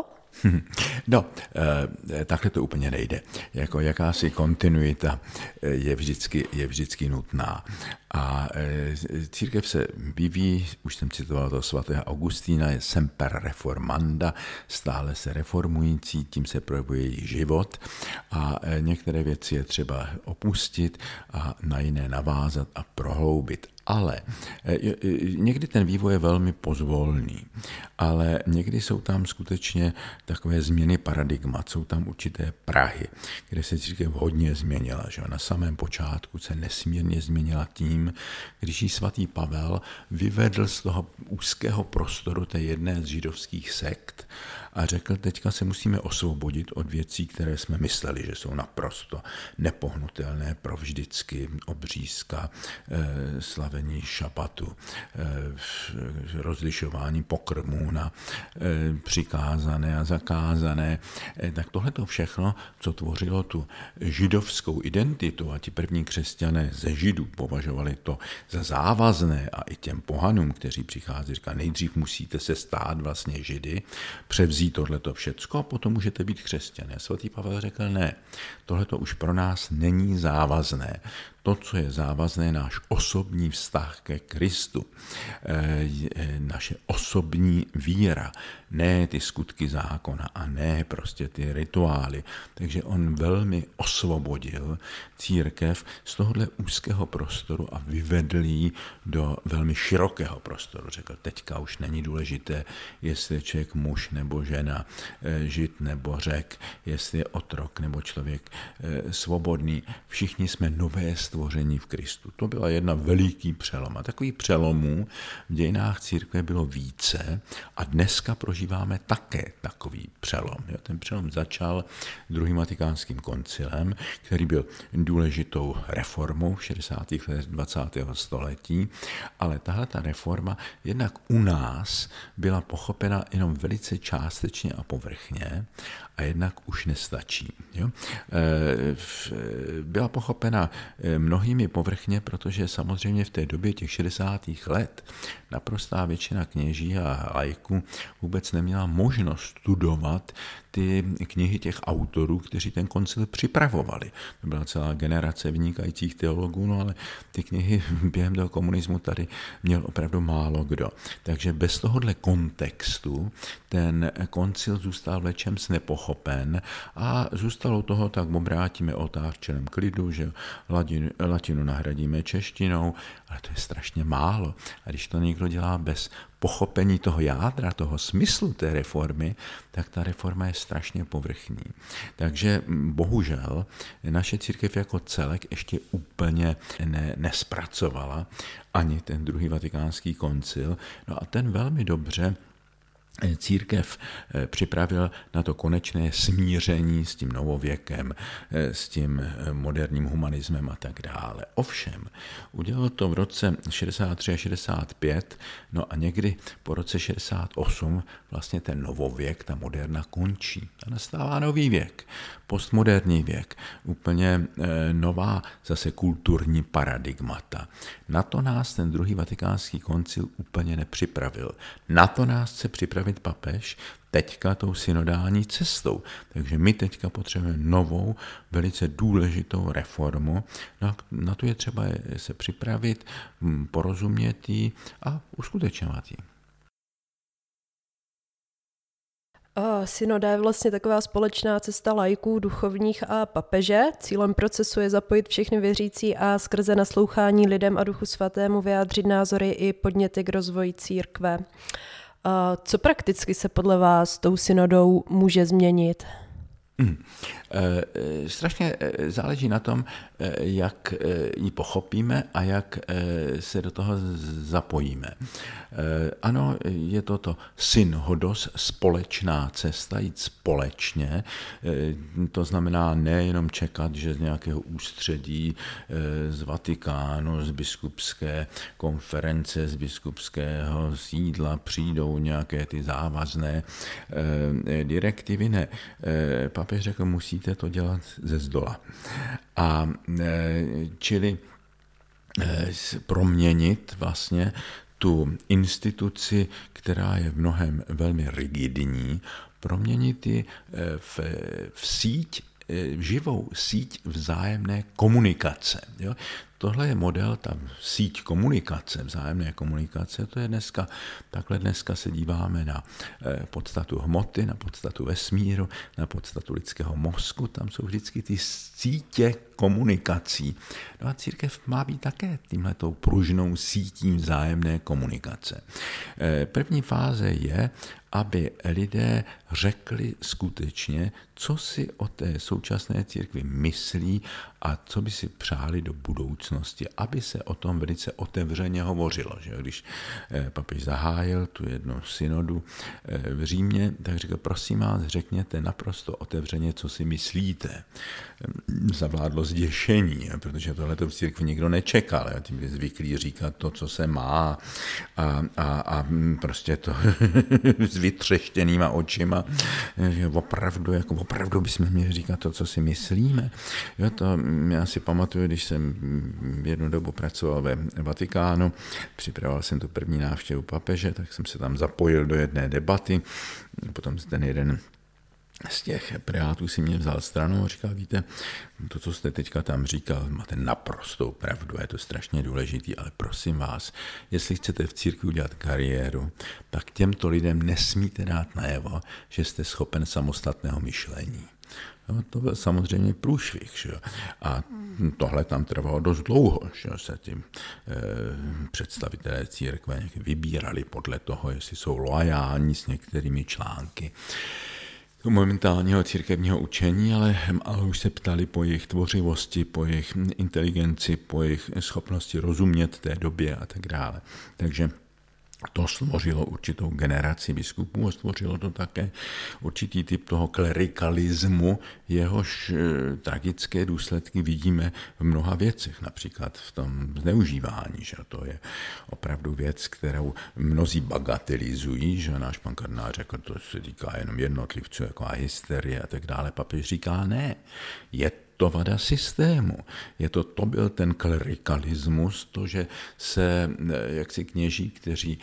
No, takhle to úplně nejde. Jako jakási kontinuita je vždycky, je vždycky nutná. A církev se vyvíjí, už jsem citoval toho svatého Augustína, je semper reformanda, stále se reformující, tím se projevuje její život a některé věci je třeba opustit a na jiné navázat a prohloubit. Ale někdy ten vývoj je velmi pozvolný, ale někdy jsou tam skutečně takové změny paradigmat, jsou tam určité prahy, kde se církev hodně změnila. Že? Na samém počátku se nesmírně změnila tím, když jí svatý Pavel vyvedl z toho úzkého prostoru té jedné z židovských sekt a řekl, teďka se musíme osvobodit od věcí, které jsme mysleli, že jsou naprosto nepohnutelné provždycky, obřízka, eh, slavení šabatu, eh, rozlišování pokrmů na eh, přikázané a zakázané. Eh, tak tohleto všechno, co tvořilo tu židovskou identitu a ti první křesťané ze židů považovali to za závazné a i těm pohanům, kteří přichází, říká, nejdřív musíte se stát vlastně židy, převzít tohleto všecko a potom můžete být křesťané. Svatý Pavel řekl, ne, tohleto už pro nás není závazné. To, co je závazné, náš osobní vztah ke Kristu, naše osobní víra, ne ty skutky zákona a ne prostě ty rituály. Takže on velmi osvobodil církev z tohohle úzkého prostoru a vyvedl ji do velmi širokého prostoru. Řekl, teďka už není důležité, jestli je člověk muž nebo žena, žid nebo Řek, jestli je otrok nebo člověk svobodný. Všichni jsme nové stvoření v Kristu. To byla jedna veliký přelom. A takových přelomů v dějinách církve bylo více a dneska prožíváme také takový přelom. Ten přelom začal druhým vatikánským koncilem, který byl důležitou reformou v šedesátých letech dvacátého století, ale tahle ta reforma jednak u nás byla pochopena jenom velice částečně a povrchně a jednak už nestačí. Jo? Byla pochopena mnohými povrchně, protože samozřejmě v té době těch šedesátých let naprostá většina kněží a laiků vůbec neměla možnost studovat ty knihy těch autorů, kteří ten koncil připravovali. To byla celá generace vynikajících teologů, no ale ty knihy během toho komunismu tady měl opravdu málo kdo. Takže bez tohohle kontextu ten koncil zůstal v lecčems nepochopen a zůstalo toho, tak obrátíme oltář čelem k lidu, že latinu, latinu nahradíme češtinou, ale to je strašně málo. A když to někdo dělá bez pochopení toho jádra, toho smyslu té reformy, tak ta reforma je strašně povrchní. Takže bohužel naše církev jako celek ještě úplně ne, nespracovala ani ten druhý vatikánský koncil. No a ten velmi dobře církev připravil na to konečné smíření s tím novověkem, s tím moderním humanismem a tak dále. Ovšem, udělal to v roce šedesát tři a šedesát pět, no a někdy po roce šedesát osm vlastně ten novověk, ta moderna končí. A nastává nový věk, postmoderní věk, úplně nová zase kulturní paradigmata. Na to nás ten druhý vatikánský koncil úplně nepřipravil. Na to nás chce připravit papež teďka tou synodální cestou. Takže my teďka potřebujeme novou, velice důležitou reformu. No, na to je třeba se připravit, porozumět ji a uskutečňovat ji. Synoda je vlastně taková společná cesta laiků, duchovních a papeže. Cílem procesu je zapojit všechny věřící a skrze naslouchání lidem a Duchu svatému vyjádřit názory i podněty k rozvoji církve. Co prakticky se podle vás tou synodou může změnit? Hmm. E, strašně záleží na tom, jak ji pochopíme a jak se do toho zapojíme. E, ano, je to to synhodos, společná cesta, jít společně. E, to znamená nejenom čekat, že z nějakého ústředí, e, z Vatikánu, z biskupské konference, z biskupského sídla přijdou nějaké ty závazné e, direktivy. Ne, e, papež řekl, musíte to dělat ze zdola. A čili proměnit vlastně tu instituci, která je v mnohem velmi rigidní, proměnit ji v, v síť, v živou síť vzájemné komunikace. Jo? Tohle je model, ta síť komunikace, vzájemné komunikace, to je dneska, takhle dneska se díváme na podstatu hmoty, na podstatu vesmíru, na podstatu lidského mozku, tam jsou vždycky ty sítě komunikací. No a církev má být také tímhletou pružnou sítí vzájemné komunikace. První fáze je, aby lidé řekli skutečně, co si o té současné církvi myslí a co by si přáli do budoucnosti, aby se o tom velice otevřeně hovořilo. Že? Když papež zahájil tu jednu synodu v Římě, tak říkal, prosím vás, řekněte naprosto otevřeně, co si myslíte. Zavládlo zděšení, protože tohleto v církvi nikdo nečekal. Tím je zvyklý říkat to, co se má a, a, a prostě to s vytřeštěnýma očima, že opravdu, jako opravdu bychom měli říkat to, co si myslíme. Jo, to já si pamatuju, když jsem jednu dobu pracoval ve Vatikánu, připravoval jsem tu první návštěvu papeže, tak jsem se tam zapojil do jedné debaty, potom ten jeden z těch preátů si mě vzal stranou a říkal, víte, to, co jste teďka tam říkal, máte naprostou pravdu, je to strašně důležitý, ale prosím vás, jestli chcete v církvi udělat kariéru, tak těmto lidem nesmíte dát najevo, že jste schopen samostatného myšlení. No, to byl samozřejmě průšvih. Že? A tohle tam trvalo dost dlouho, že se tím e, představitelé církve vybírali podle toho, jestli jsou loajální s některými články momentálního církevního učení, ale, ale už se ptali po jejich tvořivosti, po jejich inteligenci, po jejich schopnosti rozumět té době a tak dále. Takže to stvořilo určitou generaci biskupů a stvořilo to také určitý typ toho klerikalismu, jehož e, tragické důsledky vidíme v mnoha věcech, například v tom zneužívání, že to je opravdu věc, kterou mnozí bagatelizují, že náš pan kardinál řekl, to se týká jenom jednotlivců, jako hysterie a tak dále. Papež říká, ne, je to vada systému. Je to, to byl ten klerikalismus, to, že se jaksi kněží, kteří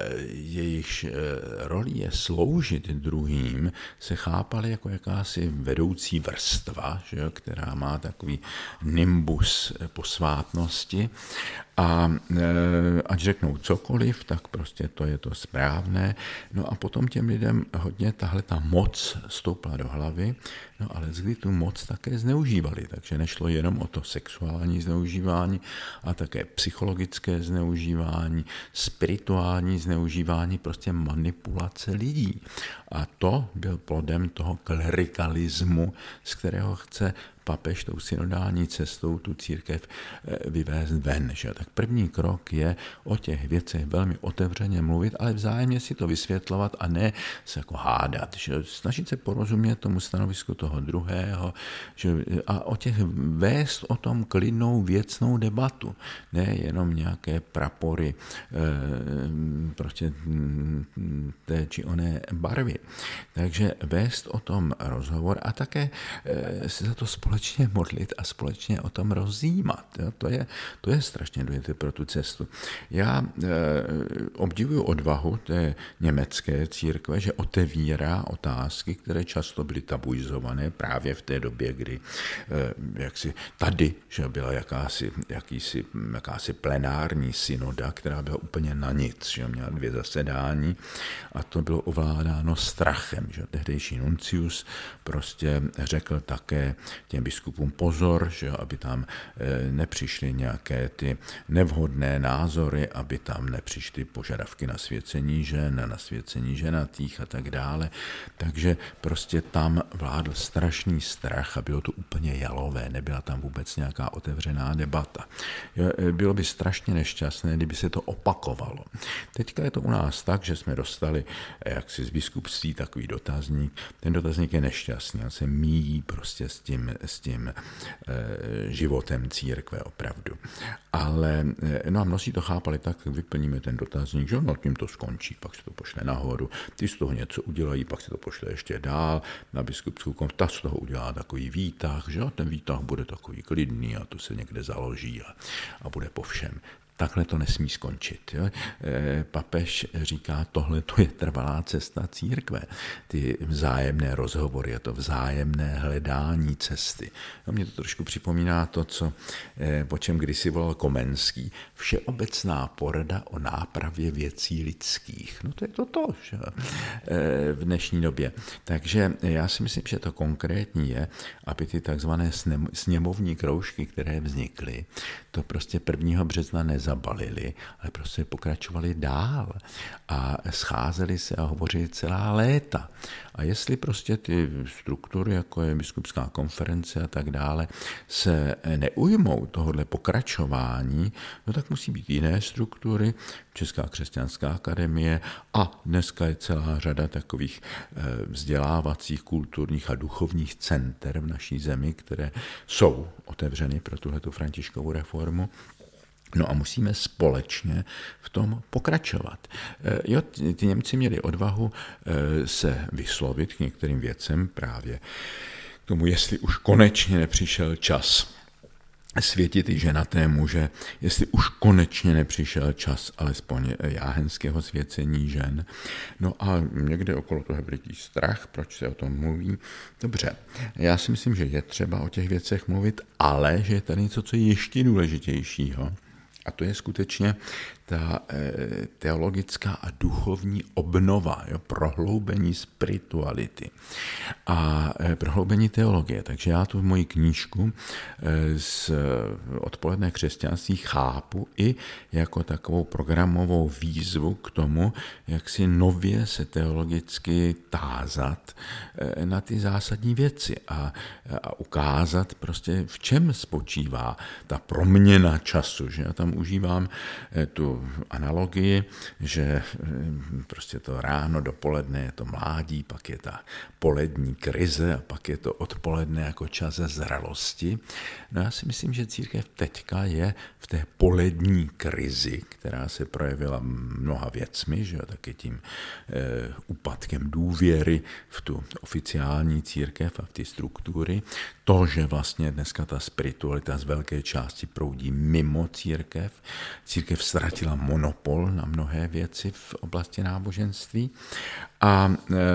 jejich rolí je sloužit druhým, se chápali jako jakási vedoucí vrstva, že, která má takový nimbus posvátnosti a ať řeknou cokoliv, tak prostě to je to správné. No a potom těm lidem hodně tahle ta moc stoupla do hlavy, no ale kdy tu moc také zneužívá. zneužívali. Takže nešlo jenom o to sexuální zneužívání, a také psychologické zneužívání, spirituální zneužívání, prostě manipulace lidí. A to byl plodem toho klerikalismu, z kterého chce papež tou synodální cestou tu církev vyvést ven. Že? Tak první krok je o těch věcech velmi otevřeně mluvit, ale vzájemně si to vysvětlovat a ne se jako hádat. Že? Snažit se porozumět tomu stanovisku toho druhého, že? A o těch vést o tom klidnou věcnou debatu. Ne jenom nějaké prapory e, prostě té či oné barvy. Takže vést o tom rozhovor a také e, se za to společně modlit a společně o tom rozjímat. Jo? To je, to je strašně důležité pro tu cestu. Já e, obdivuju odvahu té německé církve, že otevírá otázky, které často byly tabuizované právě v té době, kdy e, jaksi tady, že byla jakási, jakýsi, jakási plenární synoda, která byla úplně na nic, že měla dvě zasedání a to bylo ovládáno strachem. Že tehdejší nuncius prostě řekl také těm biskupům pozor, že aby tam nepřišly nějaké ty nevhodné názory, aby tam nepřišly požadavky na svěcení žen, na svěcení ženatých a tak dále. Takže prostě tam vládl strašný strach a bylo to úplně jalové, nebyla tam vůbec nějaká otevřená debata. Bylo by strašně nešťastné, kdyby se to opakovalo. Teďka je to u nás tak, že jsme dostali jaksi z biskupství takový dotazník. Ten dotazník je nešťastný, on se míjí prostě s tím, s tím e, životem církve opravdu. Ale no a mnozí to chápali tak, vyplníme ten dotazník, že no tím to skončí, pak se to pošle nahoru, ty z toho něco udělají, pak se to pošle ještě dál na biskupskou konferenci, ta z toho udělá takový výtah, že ten výtah bude takový klidný a to se někde založí a, a bude po všem. Takhle to nesmí skončit. Jo? Papež říká, tohle to je trvalá cesta církve. Ty vzájemné rozhovory, je to vzájemné hledání cesty. No, mě to trošku připomíná to, co, po čem kdysi volal Komenský. Všeobecná porada o nápravě věcí lidských. No to je to tož v dnešní době. Takže já si myslím, že to konkrétní je, aby ty takzvané sněmovní kroužky, které vznikly, to prostě prvního března nezabalili, ale prostě pokračovali dál a scházeli se a hovořili celá léta. A jestli prostě ty struktury, jako je biskupská konference a tak dále, se neujmou tohohle pokračování, no tak musí být jiné struktury, Česká křesťanská akademie a dneska je celá řada takových vzdělávacích, kulturních a duchovních center v naší zemi, které jsou otevřeny pro tuhletu Františkovu reformu. No a musíme společně v tom pokračovat. Jo, ty Němci měli odvahu se vyslovit k některým věcem právě k tomu, jestli už konečně nepřišel čas světit i ženaté muže, jestli už konečně nepřišel čas alespoň jáhenského svěcení žen. No a někde okolo toho je veliký strach, proč se o tom mluví. Dobře, já si myslím, že je třeba o těch věcech mluvit, ale že je tady něco, co je ještě důležitějšího. A to je skutečně ta teologická a duchovní obnova, jo, prohloubení spirituality a prohloubení teologie. Takže já tu v moji knížku z Odpoledne křesťanství chápu i jako takovou programovou výzvu k tomu, jak si nově se teologicky tázat na ty zásadní věci a, a ukázat prostě, v čem spočívá ta proměna času. Že já tam užívám tu analogii, že prostě to ráno, dopoledne je to mládí, pak je ta polední krize a pak je to odpoledne jako čas zralosti. No já si myslím, že církev teďka je v té polední krizi, která se projevila mnoha věcmi, že jo, taky tím e, úpadkem důvěry v tu oficiální církev a v ty struktury. To, že vlastně dneska ta spiritualita z velké části proudí mimo církev. Církev ztratila monopol na mnohé věci v oblasti náboženství a,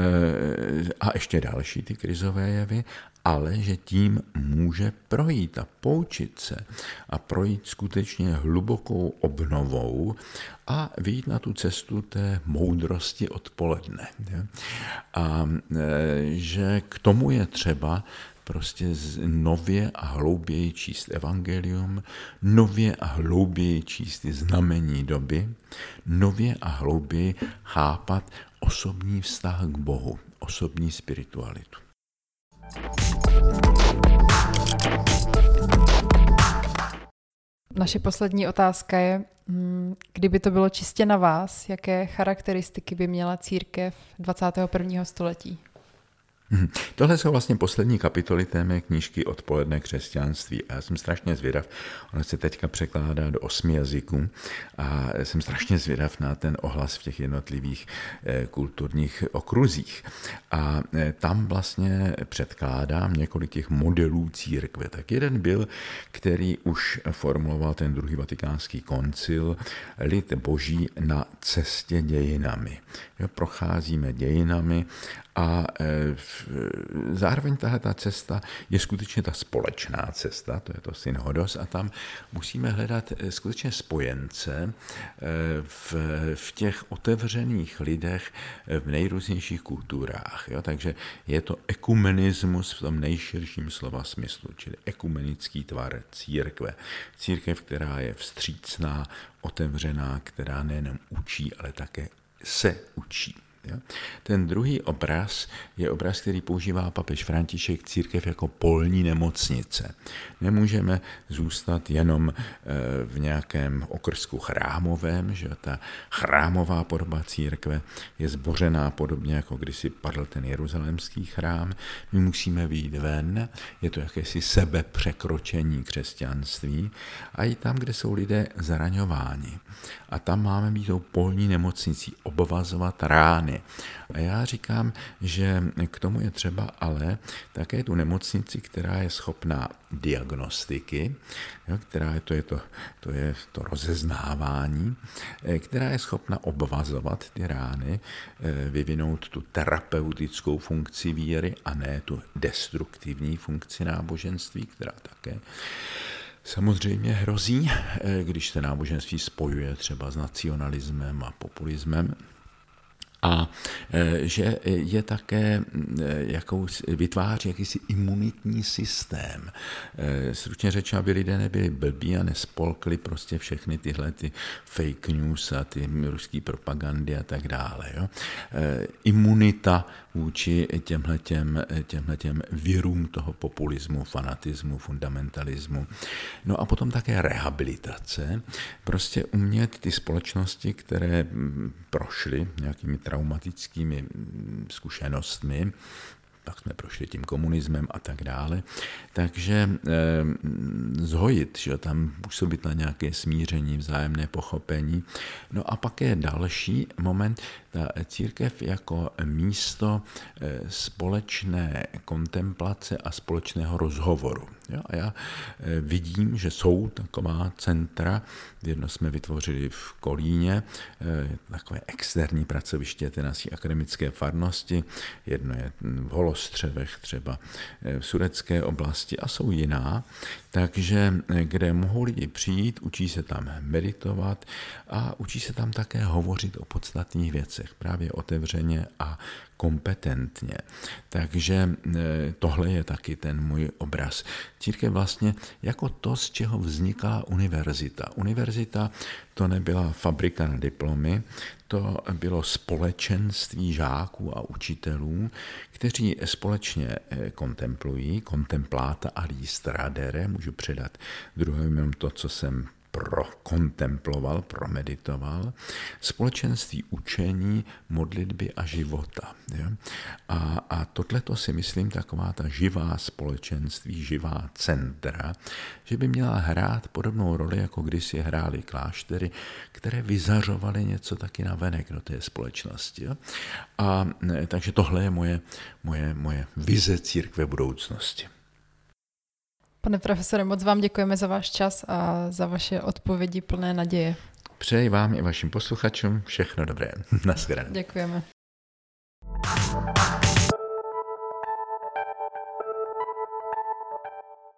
a ještě další ty krizové jevy, ale že tím může projít a poučit se a projít skutečně hlubokou obnovou a vyjít na tu cestu té moudrosti odpoledne. A že k tomu je třeba prostě nově a hlouběji číst evangelium, nově a hlouběji číst ty znamení doby, nově a hlouběji chápat osobní vztah k Bohu, osobní spiritualitu. Naše poslední otázka je, kdyby to bylo čistě na vás, jaké charakteristiky by měla církev dvacátého prvního století? Tohle jsou vlastně poslední kapitoly té mé knížky Odpoledne křesťanství. A já jsem strašně zvědav, ona se teďka překládá do osmi jazyků a jsem strašně zvědav na ten ohlas v těch jednotlivých eh, kulturních okruzích. A eh, tam vlastně předkládám několik těch modelů církve. Tak jeden byl, který už formuloval ten druhý vatikánský koncil, lid boží na cestě dějinami. Jo, procházíme dějinami a zároveň tahle ta cesta je skutečně ta společná cesta, to je to synodos, a tam musíme hledat skutečně spojence v, v těch otevřených lidech v nejrůznějších kulturách. Jo? Takže je to ekumenismus v tom nejširším slova smyslu, čili ekumenický tvar církve. Církev, která je vstřícná, otevřená, která nejenom učí, ale také se učí. Jo? Ten druhý obraz je obraz, který používá papež František, církev jako polní nemocnice. Nemůžeme zůstat jenom v nějakém okrsku chrámovém, že ta chrámová podoba církve je zbořená podobně, jako kdysi padl ten jeruzalémský chrám. My musíme vyjít ven, je to jakési sebepřekročení křesťanství a i tam, kde jsou lidé zraňováni. A tam máme být tou polní nemocnicí, obvazovat rány. A já říkám, že k tomu je třeba ale také tu nemocnici, která je schopná diagnostiky, jo, která je, to, je to, to je to rozeznávání, která je schopna obvazovat ty rány, vyvinout tu terapeutickou funkci víry a ne tu destruktivní funkci náboženství, která také samozřejmě hrozí, když se náboženství spojuje třeba s nacionalismem a populismem. A že je také, jakou, vytváří jakýsi imunitní systém. Stručně řečeno, aby lidé nebyli blbí a nespolkli prostě všechny tyhle ty fake news a ty ruský propagandy a tak dále. Jo. Imunita vůči těmhletěm, těmhletěm virům toho populismu, fanatismu, fundamentalismu. No a potom také rehabilitace. Prostě umět ty společnosti, které prošly nějakými traumatickými zkušenostmi, tak jsme prošli tím komunismem a tak dále. Takže eh, zhojit, že tam působit na nějaké smíření, vzájemné pochopení. No a pak je další moment, ta církev jako místo eh, společné kontemplace a společného rozhovoru. Jo? A já eh, vidím, že jsou taková centra, jedno jsme vytvořili v Kolíně, eh, takové externí pracoviště té naší akademické farnosti, jedno je v Holostřevech, třeba v Sudetské oblasti a jsou jiná, takže kde mohou lidi přijít, učí se tam meditovat a učí se tam také hovořit o podstatných věcech, právě otevřeně a kompetentně. Takže tohle je taky ten můj obraz. Církev vlastně jako to, z čeho vznikla univerzita. Univerzita to nebyla fabrika na diplomy, to bylo společenství žáků a učitelů, kteří společně kontemplují, kontempláta a stradere, můžu předat druhému to, co jsem prokontemploval, promeditoval, společenství učení, modlitby a života. Jo? A, a tohleto si myslím taková ta živá společenství, živá centra, že by měla hrát podobnou roli, jako kdysi hrály kláštery, které vyzařovaly něco taky navenek do té společnosti. Jo? A takže tohle je moje, moje, moje vize církve budoucnosti. Pane profesore, moc vám děkujeme za váš čas a za vaše odpovědi plné naděje. Přeji vám i vašim posluchačům všechno dobré. Naschledanou. Děkujeme.